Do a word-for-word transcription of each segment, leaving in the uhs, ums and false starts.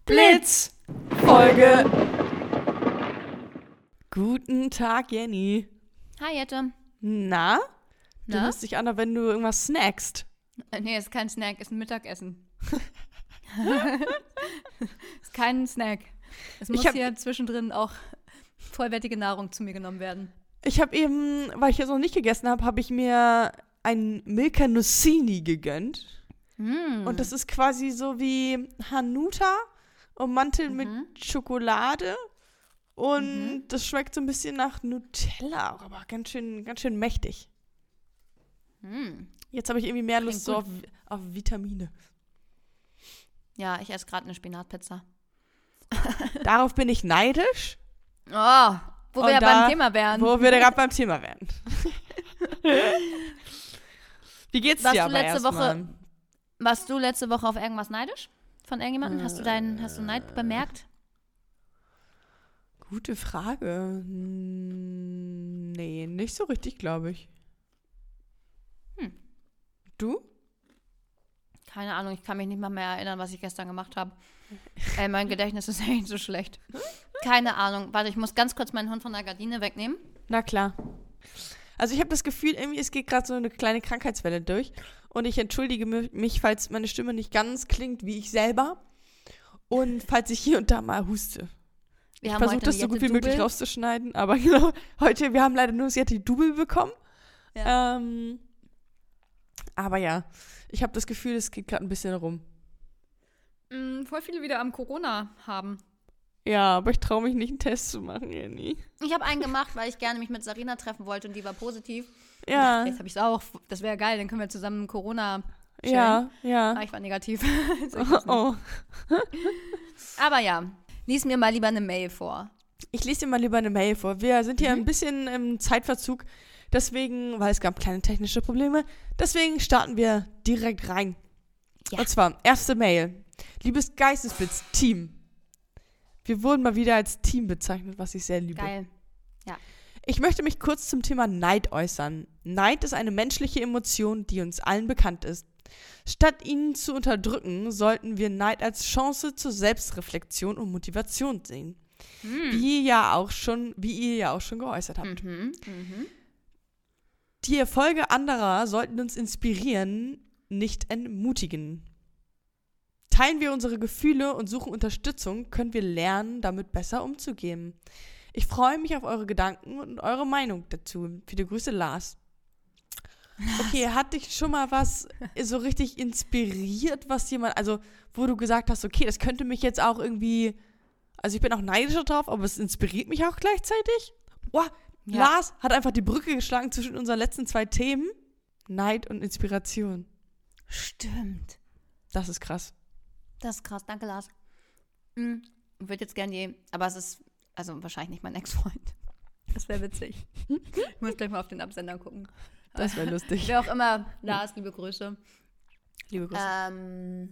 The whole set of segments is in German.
Blitz Folge. Guten Tag, Jenny. Hi, Jette. Na? Du Na? hörst dich an, als wenn du irgendwas snackst. Äh, nee, ist kein Snack, ist ein Mittagessen. Ist kein Snack. Es muss hab- hier zwischendrin auch vollwertige Nahrung zu mir genommen werden. Ich habe eben, weil ich jetzt noch nicht gegessen habe, habe ich mir ein Milka Nussini gegönnt. Mm. Und das ist quasi so wie Hanuta ummantelt Mhm. mit Schokolade. Und Mhm. das schmeckt so ein bisschen nach Nutella, auch, aber ganz schön, ganz schön mächtig. Mm. Jetzt habe ich irgendwie mehr Klingt Lust so auf, gut. auf Vitamine. Ja, ich esse gerade eine Spinatpizza. Darauf bin ich neidisch, Oh, wo Und wir ja da- beim Thema wären. wo wir gerade beim Thema wären. Wie geht's Warst dir du aber letzte erstmal? Woche- Warst du letzte Woche auf irgendwas neidisch? Von irgendjemandem? Hast du deinen, hast du Neid bemerkt? Gute Frage. Hm, Nee, nicht so richtig, glaube ich. Hm. Du? Keine Ahnung, ich kann mich nicht mal mehr erinnern, was ich gestern gemacht habe. Ey, mein Gedächtnis ist echt so schlecht. Keine Ahnung. Warte, ich muss ganz kurz meinen Hund von der Gardine wegnehmen. Na klar. Also ich habe das Gefühl, irgendwie es geht gerade so eine kleine Krankheitswelle durch. Und ich entschuldige mi- mich, falls meine Stimme nicht ganz klingt wie ich selber. Und falls ich hier und da mal huste. Wir Ich haben versuche heute das eine so gut Jette wie möglich Double. rauszuschneiden. Aber genau, heute, wir haben leider nur das Yeti Double bekommen. Ja. Ähm, aber ja, ich habe das Gefühl, es geht gerade ein bisschen rum. Mm, voll viele wieder am Corona haben. Ja, aber ich traue mich nicht, einen Test zu machen, Jenny. Ich habe einen gemacht, weil ich gerne mich mit Sarina treffen wollte und die war positiv. Ja, Jetzt habe ich es auch. Das wäre geil, dann können wir zusammen Corona chillen. ja, ja. Aber ich war negativ. Also ich weiß nicht. Oh. Aber ja, lies mir mal lieber eine Mail vor. Ich lese dir mal lieber eine Mail vor. Wir sind hier Mhm. ein bisschen im Zeitverzug, deswegen, weil es gab kleine technische Probleme, deswegen starten wir direkt rein. Ja. Und zwar, erste Mail. Liebes Geistesblitz, Team. Wir wurden mal wieder als Team bezeichnet, was ich sehr liebe. Geil. Ich möchte mich kurz zum Thema Neid äußern. Neid ist eine menschliche Emotion, die uns allen bekannt ist. Statt ihn zu unterdrücken, sollten wir Neid als Chance zur Selbstreflexion und Motivation sehen. Hm. Wie ihr ja auch schon, wie ihr ja auch schon geäußert habt. Mhm. Mhm. Die Erfolge anderer sollten uns inspirieren, nicht entmutigen. Teilen wir unsere Gefühle und suchen Unterstützung, können wir lernen, damit besser umzugehen. Ich freue mich auf eure Gedanken und eure Meinung dazu. Viele Grüße, Lars. Okay, hat dich schon mal was so richtig inspiriert, was jemand, also wo du gesagt hast, okay, das könnte mich jetzt auch irgendwie, also ich bin auch neidisch drauf, aber es inspiriert mich auch gleichzeitig? Boah, Ja. Lars hat einfach die Brücke geschlagen zwischen unseren letzten zwei Themen. Neid und Inspiration. Stimmt. Das ist krass. Das ist krass. Danke, Lars. Hm. Ich würde jetzt gerne die, aber es ist, also wahrscheinlich nicht mein Ex-Freund. Das wäre witzig. Ich muss gleich mal auf den Absender gucken. Das wäre lustig. Wer auch immer, Lars, liebe Grüße. Liebe Grüße. Ähm,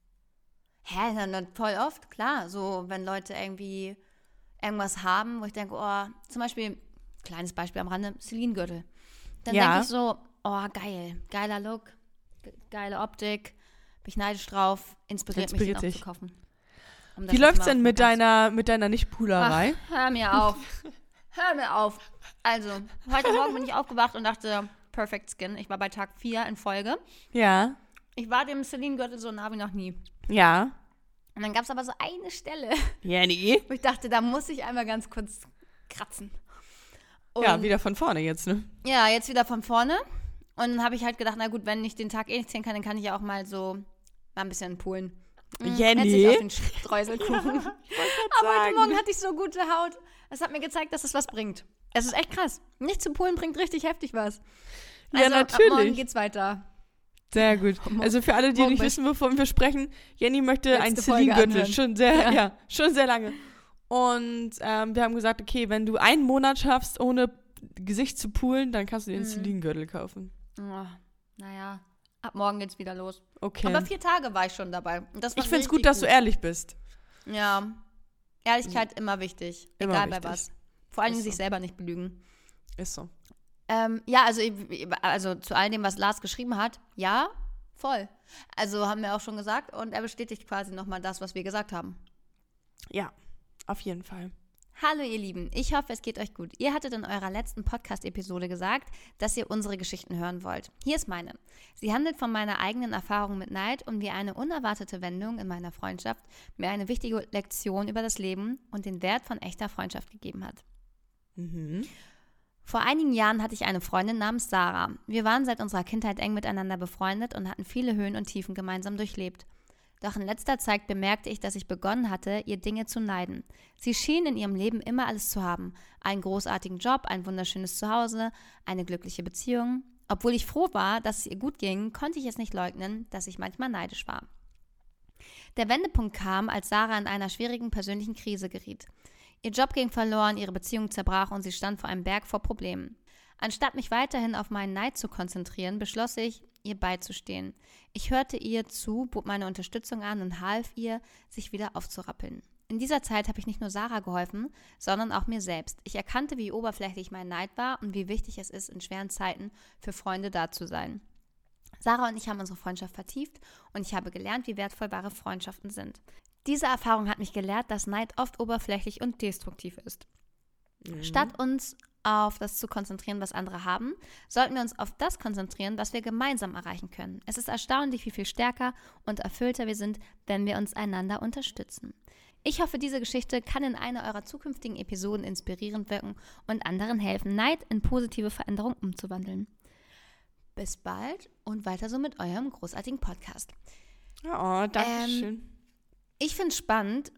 hä, na, na, voll oft, klar. So, wenn Leute irgendwie irgendwas haben, wo ich denke, oh, zum Beispiel, kleines Beispiel am Rande, Celine-Gürtel. Dann Ja. denke ich so, oh, geil, geiler Look, ge- geile Optik, bin ich neidisch drauf, inspiriert, Inspiriert mich, den auch dich. zu kaufen. Um das Wie jetzt läuft's mal denn auf mit eine ganz- deiner, mit deiner Nicht-Pulerei? Ach, hör mir auf. Hör mir auf. Also, heute Morgen bin ich aufgewacht und dachte, Perfect Skin. Ich war bei Tag vier in Folge. Ja. Ich war dem Celine-Gürtel so nah wie noch nie. Ja. Und dann gab es aber so eine Stelle, Jenny? wo ich dachte, da muss ich einmal ganz kurz kratzen. Und Ja, wieder von vorne jetzt, ne? Ja, jetzt wieder von vorne. Und dann habe ich halt gedacht, na gut, wenn ich den Tag eh nicht zählen kann, dann kann ich ja auch mal so mal ein bisschen poolen. Mm, Jenny? Herzlich auf den Streuselkuchen. Aber heute sagen. Morgen hatte ich so gute Haut. Es hat mir gezeigt, dass es was bringt. Es ist echt krass. Nicht zu poolen bringt richtig heftig was. Ja, Also, ab natürlich. morgen geht's weiter. Sehr gut. Also für alle, die Morgen nicht möcht- wissen, wovon wir sprechen, Jenny möchte Letzte einen Folge Celine-Gürtel. anhören. Schon sehr, ja. Ja. schon sehr lange. Und ähm, wir haben gesagt, okay, wenn du einen Monat schaffst, ohne Gesicht zu poolen, dann kannst du dir einen Mhm. Celine-Gürtel kaufen. Oh, naja, ab morgen geht's wieder los. Okay. Aber vier Tage war ich schon dabei. Und das war ich finde es richtig gut, dass du ehrlich bist. Ja, Ehrlichkeit immer wichtig. Immer Egal bei wichtig. was. Vor allen Ist Dingen sich so. selber nicht belügen. Ist so. Ähm, ja, also, also zu all dem, was Lars geschrieben hat, ja, voll. Also haben wir auch schon gesagt und er bestätigt quasi nochmal das, was wir gesagt haben. Ja, auf jeden Fall. Hallo ihr Lieben, ich hoffe, es geht euch gut. Ihr hattet in eurer letzten Podcast-Episode gesagt, dass ihr unsere Geschichten hören wollt. Hier ist meine. Sie handelt von meiner eigenen Erfahrung mit Neid und wie eine unerwartete Wendung in meiner Freundschaft mir eine wichtige Lektion über das Leben und den Wert von echter Freundschaft gegeben hat. Mhm. Vor einigen Jahren hatte ich eine Freundin namens Sarah. Wir waren seit unserer Kindheit eng miteinander befreundet und hatten viele Höhen und Tiefen gemeinsam durchlebt. Doch in letzter Zeit bemerkte ich, dass ich begonnen hatte, ihr Dinge zu neiden. Sie schien in ihrem Leben immer alles zu haben. Einen großartigen Job, ein wunderschönes Zuhause, eine glückliche Beziehung. Obwohl ich froh war, dass es ihr gut ging, konnte ich es nicht leugnen, dass ich manchmal neidisch war. Der Wendepunkt kam, als Sarah in einer schwierigen persönlichen Krise geriet. Ihr Job ging verloren, ihre Beziehung zerbrach und sie stand vor einem Berg vor Problemen. Anstatt mich weiterhin auf meinen Neid zu konzentrieren, beschloss ich, ihr beizustehen. Ich hörte ihr zu, bot meine Unterstützung an und half ihr, sich wieder aufzurappeln. In dieser Zeit habe ich nicht nur Sarah geholfen, sondern auch mir selbst. Ich erkannte, wie oberflächlich mein Neid war und wie wichtig es ist, in schweren Zeiten für Freunde da zu sein. Sarah und ich haben unsere Freundschaft vertieft und ich habe gelernt, wie wertvoll wahre Freundschaften sind. Diese Erfahrung hat mich gelehrt, dass Neid oft oberflächlich und destruktiv ist. Mhm. Statt uns auf das zu konzentrieren, was andere haben, sollten wir uns auf das konzentrieren, was wir gemeinsam erreichen können. Es ist erstaunlich, wie viel stärker und erfüllter wir sind, wenn wir uns einander unterstützen. Ich hoffe, diese Geschichte kann in einer eurer zukünftigen Episoden inspirierend wirken und anderen helfen, Neid in positive Veränderung umzuwandeln. Bis bald und weiter so mit eurem großartigen Podcast. Oh, danke ähm, schön. Ich finde es spannend,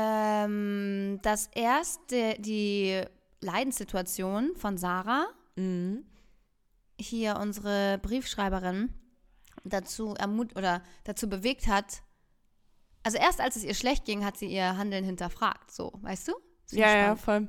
ähm, dass erst die, die Leidenssituation von Sarah, Mhm. hier unsere Briefschreiberin, dazu ermut oder dazu bewegt hat, also erst als es ihr schlecht ging, hat sie ihr Handeln hinterfragt, so, weißt du? Das find Ja, ich ja, spannend. voll.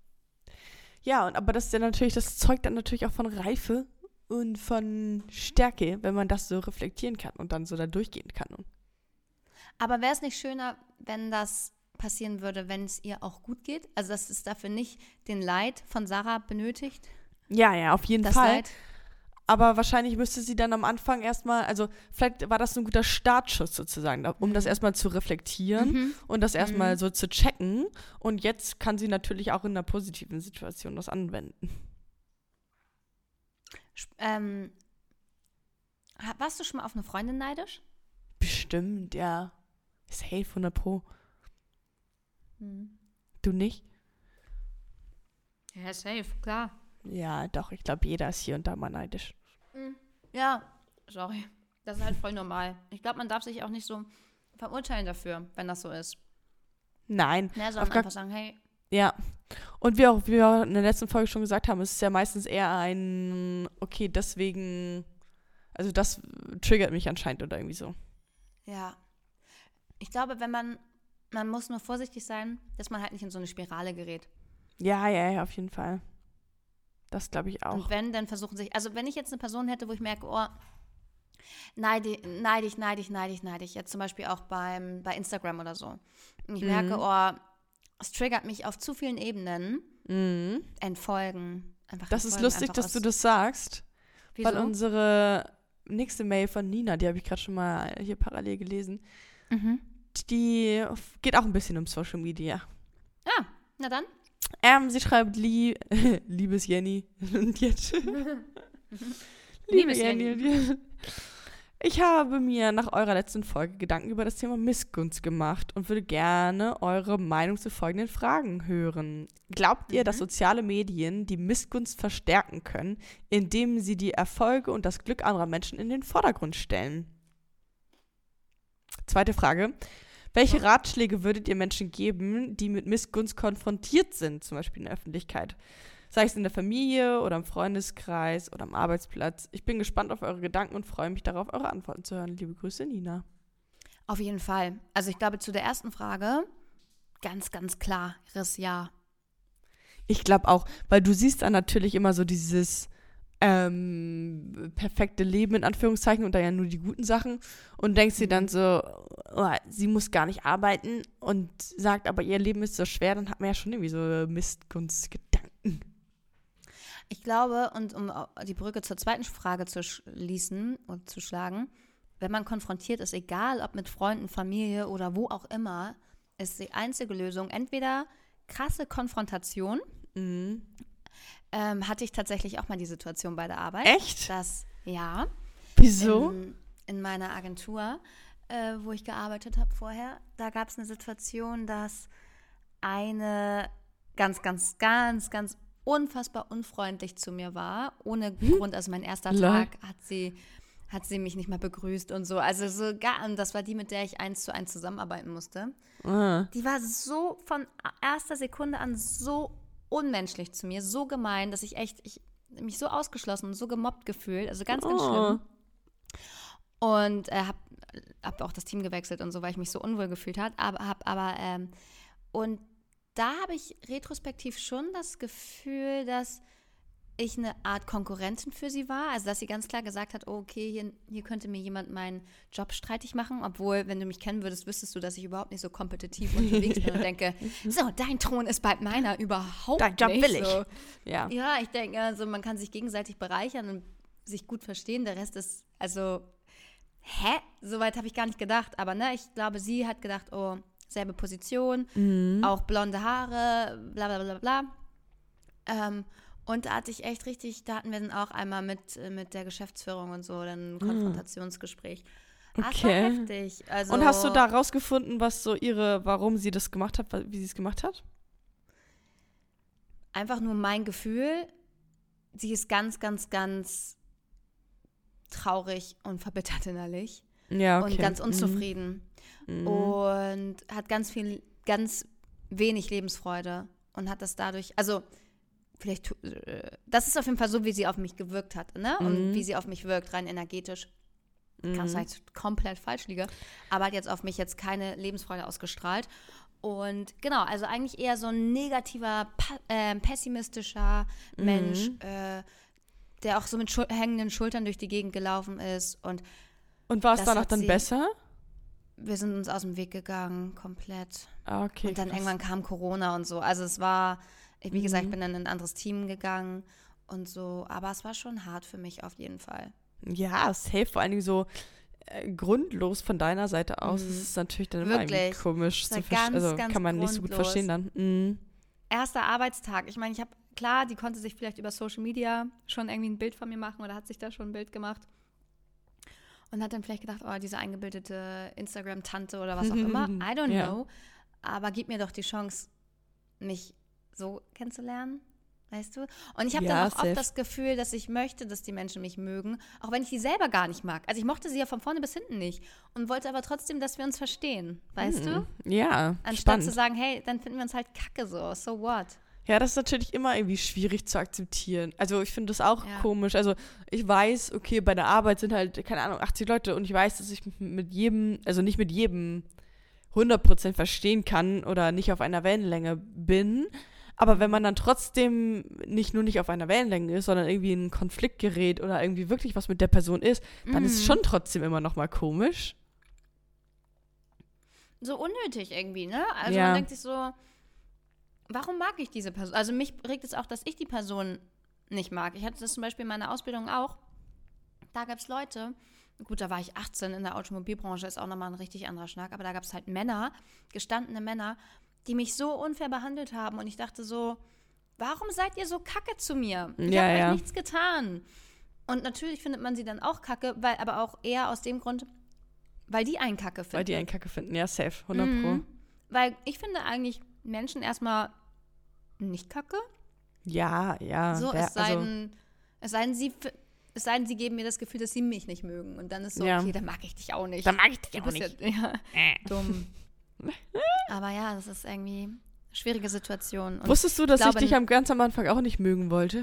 Ja, und aber das ist ja natürlich, das zeugt dann natürlich auch von Reife und von Stärke, wenn man das so reflektieren kann und dann so da durchgehen kann. Aber wäre es nicht schöner, wenn das passieren würde, wenn es ihr auch gut geht? Also, dass es dafür nicht den Leid von Sarah benötigt? Ja, ja, auf jeden Das Fall. Leid? Aber wahrscheinlich müsste sie dann am Anfang erstmal, also vielleicht war das ein guter Startschuss sozusagen, um Mhm. das erstmal zu reflektieren Mhm. und das erstmal Mhm. so zu checken. Und jetzt kann sie natürlich auch in einer positiven Situation das anwenden. Sp- Ähm, ha- warst du schon mal auf eine Freundin neidisch? Bestimmt, ja. Safe, hundert Pro. Mhm. Du nicht? Ja, safe, klar. Ja, doch, ich glaube, jeder ist hier und da mal neidisch. Ja, sorry. Das ist halt voll normal. Ich glaube, man darf sich auch nicht so verurteilen dafür, wenn das so ist. Nein. Ne, auf sondern gar- einfach sagen, hey, Ja. Und wie auch wie wir in der letzten Folge schon gesagt haben, ist es ja meistens eher ein, okay, deswegen, also das triggert mich anscheinend oder irgendwie so. ja. Ich glaube, wenn man, man muss nur vorsichtig sein, dass man halt nicht in so eine Spirale gerät. Ja, ja, ja, auf jeden Fall. Das glaube ich auch. Und wenn, dann versuchen sich, also wenn ich jetzt eine Person hätte, wo ich merke, oh, neidig, neidig, neidig, neidig, neidig, jetzt zum Beispiel auch beim, bei Instagram oder so. Und ich Mhm. merke, oh, es triggert mich auf zu vielen Ebenen, Mhm. entfolgen. Einfach Das ist entfolgen, lustig, einfach dass aus- du das sagst, Wieso? weil unsere nächste Mail von Nina, die habe ich gerade schon mal hier parallel gelesen, Mhm. die geht auch ein bisschen um Social Media. Ah, na dann. Ähm, sie schreibt, Lie liebes Jenny. Und jetzt. Liebe Liebes Jenny. Ich habe mir nach eurer letzten Folge Gedanken über das Thema Missgunst gemacht und würde gerne eure Meinung zu folgenden Fragen hören. Glaubt ihr, Mhm. dass soziale Medien die Missgunst verstärken können, indem sie die Erfolge und das Glück anderer Menschen in den Vordergrund stellen? Zweite Frage. Welche Ratschläge würdet ihr Menschen geben, die mit Missgunst konfrontiert sind, zum Beispiel in der Öffentlichkeit? Sei es in der Familie oder im Freundeskreis oder am Arbeitsplatz. Ich bin gespannt auf eure Gedanken und freue mich darauf, eure Antworten zu hören. Liebe Grüße, Nina. Auf jeden Fall. Also ich glaube, zu der ersten Frage ganz, ganz klares Ja. Ich glaube auch, weil du siehst dann natürlich immer so dieses ähm, perfekte Leben in Anführungszeichen und da ja nur die guten Sachen und denkst dir dann so, oh, sie muss gar nicht arbeiten und sagt, aber ihr Leben ist so schwer, dann hat man ja schon irgendwie so Missgunstgedanken. Ich glaube, und um die Brücke zur zweiten Frage zu schließen und zu schlagen, wenn man konfrontiert ist, egal ob mit Freunden, Familie oder wo auch immer, ist die einzige Lösung. Entweder krasse Konfrontation. Mhm. Ähm, hatte ich tatsächlich auch mal die Situation bei der Arbeit. Echt? Dass, ja. Wieso? In, in meiner Agentur, äh, wo ich gearbeitet habe vorher, da gab es eine Situation, dass eine ganz, ganz, ganz, ganz unfassbar unfreundlich zu mir war. Ohne hm? Grund, also mein erster Lol. Tag hat sie, hat sie mich nicht mal begrüßt und so. Also so gar, und das war die, mit der ich eins zu eins zusammenarbeiten musste. Ah. Die war so von erster Sekunde an so unmenschlich zu mir, so gemein, dass ich echt, ich mich so ausgeschlossen und so gemobbt gefühlt, also ganz, ganz Oh. schlimm. Und äh, habe hab auch das Team gewechselt und so, weil ich mich so unwohl gefühlt habe. Aber, hab, aber ähm, und da habe ich retrospektiv schon das Gefühl, dass ich eine Art Konkurrentin für sie war. Also, dass sie ganz klar gesagt hat, oh, okay, hier, hier könnte mir jemand meinen Job streitig machen. Obwohl, wenn du mich kennen würdest, wüsstest du, dass ich überhaupt nicht so kompetitiv unterwegs bin und denke, so, dein Thron ist bald meiner, überhaupt Dein Job nicht. will ich. So. Ja. Ja, ich denke, also man kann sich gegenseitig bereichern und sich gut verstehen. Der Rest ist, also, hä? Soweit habe ich gar nicht gedacht. Aber ne, ich glaube, sie hat gedacht, oh, selbe Position, Mhm. auch blonde Haare, bla bla bla bla. Ähm, und da hatte ich echt richtig, da hatten wir dann auch einmal mit, mit der Geschäftsführung und so, dann ein Konfrontationsgespräch. Ah, es war Okay. heftig. Also, Und hast du da rausgefunden, was so ihre, warum sie das gemacht hat, wie sie es gemacht hat? einfach nur mein Gefühl, sie ist ganz, ganz, ganz traurig und verbittert innerlich. Ja, okay. Und ganz Mhm. unzufrieden. Mhm. Und hat ganz viel, ganz wenig Lebensfreude und hat das dadurch, also vielleicht, äh, das ist auf jeden Fall so, wie sie auf mich gewirkt hat, ne? Und Mhm. wie sie auf mich wirkt, rein energetisch. Kann Mhm. sein, dass ich komplett falsch liege, aber hat jetzt auf mich jetzt keine Lebensfreude ausgestrahlt. Und genau, also eigentlich eher so ein negativer, pa- äh, pessimistischer Mhm. Mensch, äh, der auch so mit Schul- hängenden Schultern durch die Gegend gelaufen ist. Und Und war es das danach hat dann sie- besser? wir sind uns aus dem Weg gegangen, komplett. Ah, okay. Und dann krass. irgendwann kam Corona und so. Also es war, wie gesagt, ich Mhm. bin dann in ein anderes Team gegangen und so. Aber es war schon hart für mich auf jeden Fall. Ja, safe, vor allen Dingen so äh, grundlos von deiner Seite aus. Mhm. Das ist natürlich dann immer irgendwie Wirklich. komisch Das zu war verstehen. ganz, Also ganz kann man nicht so gut grundlos. verstehen dann. Mhm. Erster Arbeitstag. Ich meine, ich habe, klar, die konnte sich vielleicht über Social Media schon irgendwie ein Bild von mir machen oder hat sich da schon ein Bild gemacht. Und hat dann vielleicht gedacht, oh, diese eingebildete Instagram-Tante oder was auch immer. I don't Ja. know. Aber gib mir doch die Chance, mich so kennenzulernen. Weißt du? Und ich habe Ja, dann auch safe. oft das Gefühl, dass ich möchte, dass die Menschen mich mögen, auch wenn ich die selber gar nicht mag. Also ich mochte sie ja von vorne bis hinten nicht und wollte aber trotzdem, dass wir uns verstehen. Weißt du? Mhm. Ja, Anstatt spannend. zu sagen, hey, dann finden wir uns halt kacke so. So what? Ja, das ist natürlich immer irgendwie schwierig zu akzeptieren. Also ich finde das auch Ja. komisch. Also ich weiß, okay, bei der Arbeit sind halt, keine Ahnung, achtzig Leute und ich weiß, dass ich mit- mit jedem, also nicht mit jedem hundert Prozent verstehen kann oder nicht auf einer Wellenlänge bin. Aber wenn man dann trotzdem nicht nur nicht auf einer Wellenlänge ist, sondern irgendwie in einen Konflikt gerät oder irgendwie wirklich was mit der Person ist, dann ist es Mhm. schon trotzdem immer noch mal komisch. So unnötig irgendwie, ne? Also Ja. man denkt sich so, warum mag ich diese Person? Also mich regt es auch, dass ich die Person nicht mag. Ich hatte das zum Beispiel in meiner Ausbildung auch. Da gab es Leute, gut, da war ich achtzehn, in der Automobilbranche ist auch nochmal ein richtig anderer Schnack, aber da gab es halt Männer, gestandene Männer, die mich so unfair behandelt haben und ich dachte so, warum seid ihr so kacke zu mir? Ich Ja, habe ja. euch nichts getan. Und natürlich findet man sie dann auch kacke, weil aber auch eher aus dem Grund, weil die einen kacke finden. Weil die einen Kacke finden. Ja, safe. hundert Pro. Mhm. Weil ich finde eigentlich Menschen erstmal nicht kacke. Ja, ja. So, wer- es sei, also, denn, es, sei denn, sie, f- es sei denn, sie geben mir das Gefühl, dass sie mich nicht mögen. Und dann ist so, Ja. okay, dann mag ich dich auch nicht. dann mag ich dich Du auch bist nicht. Ja, ja, Äh. dumm. Aber ja, das ist irgendwie eine schwierige Situation. Und Wusstest du, dass ich, glaube, dich am ganz am Anfang auch nicht mögen wollte?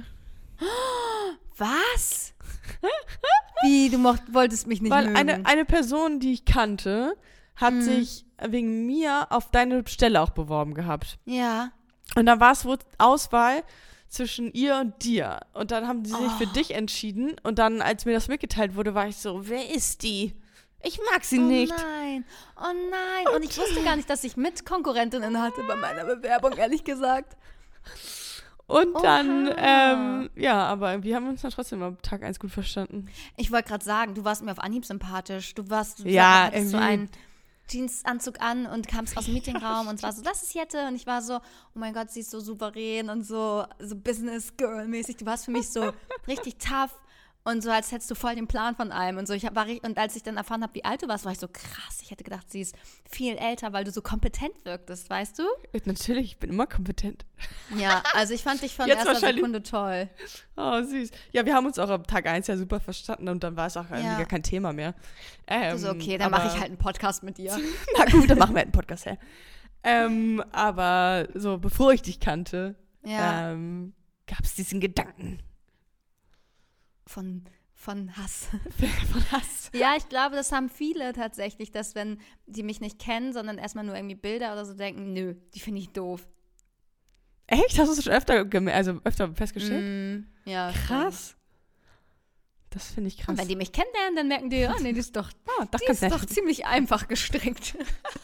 was? Wie, du mocht, wolltest mich nicht Weil mögen? eine, eine Person, die ich kannte, hat Mhm. sich wegen mir auf deine Stelle auch beworben gehabt. ja. Und dann war es wohl Auswahl zwischen ihr und dir. Und dann haben sie sich Oh. für dich entschieden. Und dann, als mir das mitgeteilt wurde, war ich so, wer ist die? Ich mag sie Oh nicht. nein, oh nein. Und ich wusste gar nicht, dass ich Mitkonkurrentinnen hatte bei meiner Bewerbung, ehrlich gesagt. Und dann, Oha. ähm, ja, aber irgendwie haben wir uns dann trotzdem am Tag eins gut verstanden. Ich wollte gerade sagen, du warst mir auf Anhieb sympathisch. Du warst, du Ja, hattest so irgendwie. ein, Jeansanzug an und kamst aus dem Meetingraum und es war so, das ist Jette. Und ich war so, oh mein Gott, sie ist so souverän und so, so Business-Girl-mäßig. Du warst für mich so richtig tough und so, als hättest du voll den Plan von allem. Und so, ich hab, war, und als ich dann erfahren habe, wie alt du warst, war ich so krass. Ich hätte gedacht, sie ist viel älter, weil du so kompetent wirktest, weißt du? Natürlich, ich bin immer kompetent. Ja, also ich fand dich von Jetzt erster Sekunde toll. Oh, süß. Ja, wir haben uns auch am Tag eins ja super verstanden und dann war es auch irgendwie Ja. gar kein Thema mehr. Ähm, Du so, okay, dann mache ich halt einen Podcast mit dir. Na gut, dann machen wir halt einen Podcast, ja. Ähm, aber so, bevor ich dich kannte, Ja, ähm, gab es diesen Gedanken von, von Hass. von Hass. Ja, ich glaube, das haben viele tatsächlich, dass wenn die mich nicht kennen, sondern erstmal nur irgendwie Bilder oder so denken, nö, die finde ich doof. Echt? Hast du es schon öfter, gem- also öfter festgestellt? Mm, ja. Krass. Das finde ich krass. Und wenn die mich kennenlernen, dann merken die, oh nee, die ist doch, ah, doch die ganz ist doch nett. ziemlich einfach gestrickt.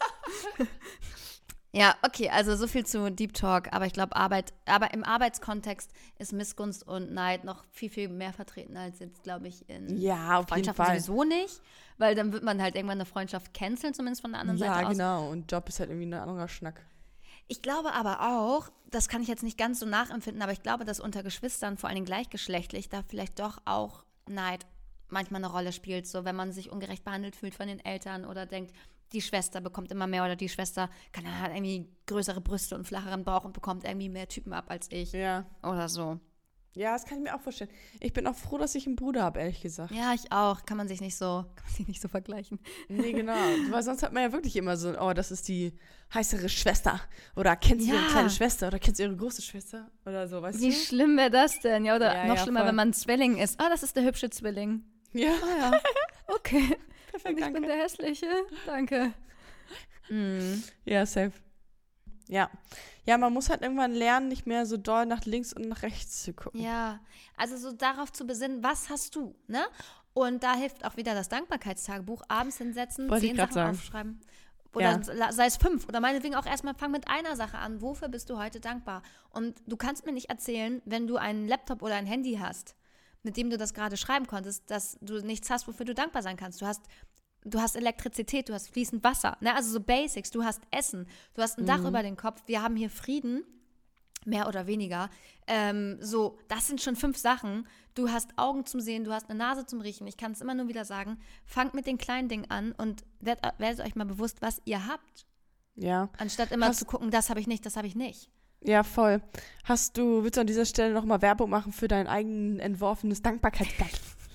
Ja, okay, also so viel zu Deep Talk, aber ich glaube, Arbeit, aber im Arbeitskontext ist Missgunst und Neid noch viel, viel mehr vertreten als jetzt, glaube ich, in Ja, auf jeden Freundschaften Fall. sowieso nicht, weil dann wird man halt irgendwann eine Freundschaft canceln, zumindest von der anderen Ja, Seite aus. genau. Und Job ist halt irgendwie ein anderer Schnack. Ich glaube aber auch, das kann ich jetzt nicht ganz so nachempfinden, aber ich glaube, dass unter Geschwistern, vor allen Dingen gleichgeschlechtlich, da vielleicht doch auch Neid manchmal eine Rolle spielt, so wenn man sich ungerecht behandelt fühlt von den Eltern oder denkt, die Schwester bekommt immer mehr oder die Schwester kann hat irgendwie größere Brüste und flacheren Bauch und bekommt irgendwie mehr Typen ab als ich Ja. oder so. Ja, das kann ich mir auch vorstellen. Ich bin auch froh, dass ich einen Bruder habe, ehrlich gesagt. Ja, ich auch. Kann man sich nicht so, kann man sich nicht so vergleichen. Nee, genau. Weil sonst hat man ja wirklich immer so, oh, das ist die heißere Schwester. Oder kennst du Ja. ihre kleine Schwester? Oder kennst du ihre große Schwester? Oder so, weißt Wie du? schlimm wäre das denn? Ja, oder Ja, noch ja, schlimmer, voll. wenn man ein Zwilling ist. Ah, das ist der hübsche Zwilling. Ja, Ah ja, okay. perfekt, Und ich danke. bin der hässliche. Danke. Mm. Ja, safe. Ja. Ja, man muss halt irgendwann lernen, nicht mehr so doll nach links und nach rechts zu gucken. Ja, also so darauf zu besinnen, was hast du, ne? Und da hilft auch wieder das Dankbarkeitstagebuch. Abends hinsetzen, Wollte ich zehn grad Sachen sagen. aufschreiben. Oder Ja. sei es fünf. Oder meinetwegen auch erstmal fang mit einer Sache an. Wofür bist du heute dankbar? Und du kannst mir nicht erzählen, wenn du einen Laptop oder ein Handy hast, mit dem du das gerade schreiben konntest, dass du nichts hast, wofür du dankbar sein kannst. Du hast Du hast Elektrizität, du hast fließend Wasser, ne? Also so Basics, du hast Essen, du hast ein Dach über den Kopf, wir haben hier Frieden, mehr oder weniger. Ähm, so, das sind schon fünf Sachen. Du hast Augen zum Sehen, du hast eine Nase zum Riechen. Ich kann es immer nur wieder sagen. Fangt mit den kleinen Dingen an und werdet, werdet euch mal bewusst, was ihr habt. Ja. Anstatt immer Hast- zu gucken, das habe ich nicht, das habe ich nicht. Ja, voll. Hast du, willst du an dieser Stelle nochmal Werbung machen für dein eigen entworfenes Dankbarkeitsblatt?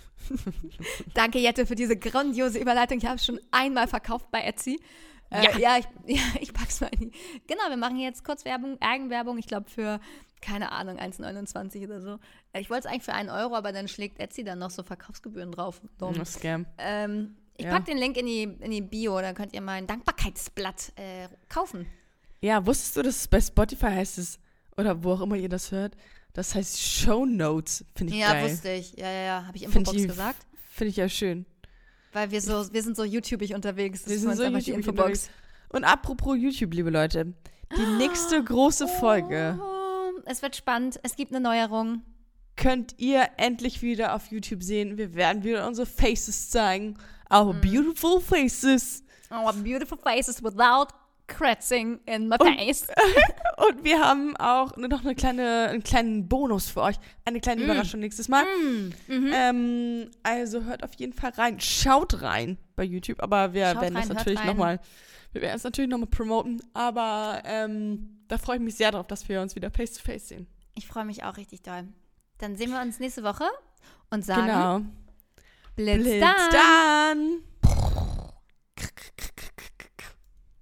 Danke, Jette, für diese grandiose Überleitung. Ich habe es schon einmal verkauft bei Etsy. Äh, ja. ja, ich, ja, ich pack's mal in die. Genau, wir machen jetzt kurz Werbung, Eigenwerbung, ich glaube für, keine Ahnung, eins neunundzwanzig oder so. Äh, Ich wollte es eigentlich für einen Euro, aber dann schlägt Etsy dann noch so Verkaufsgebühren drauf. Dumm. Oh, Scam. Ähm, ich Ja. packe den Link in die, in die Bio, dann könnt ihr mein Dankbarkeitsblatt äh, kaufen. Ja, wusstest du, dass es bei Spotify heißt es, oder wo auch immer ihr das hört, das heißt Show Notes, finde ich Ja, geil. wusste ich. Ja, ja, ja. Habe ich Find Infobox ich- gesagt? Finde ich ja schön. Weil wir so, wir sind so YouTubig unterwegs. Das Wir ist sind für uns so einfach die YouTubig Infobox. unterwegs. Und apropos YouTube, liebe Leute, die nächste große Folge Oh, es wird spannend. Es gibt eine Neuerung. könnt ihr endlich wieder auf YouTube sehen. Wir werden wieder unsere Faces zeigen. Our Mhm. beautiful faces. Our beautiful faces without cratzing in my Und- face. Und wir haben auch noch eine kleine, einen kleinen Bonus für euch. Eine kleine Mm. Überraschung nächstes Mal. Mm, mhm. Ähm, also hört auf jeden Fall rein. Schaut rein bei YouTube. Aber wir Schaut werden das rein, hört natürlich rein. nochmal, wir werden es natürlich nochmal promoten. Aber ähm, da freue ich mich sehr drauf, dass wir uns wieder face to face sehen. Ich freue mich auch richtig doll. Dann sehen wir uns nächste Woche und sagen Genau. Blitz, Blitz dann. dann.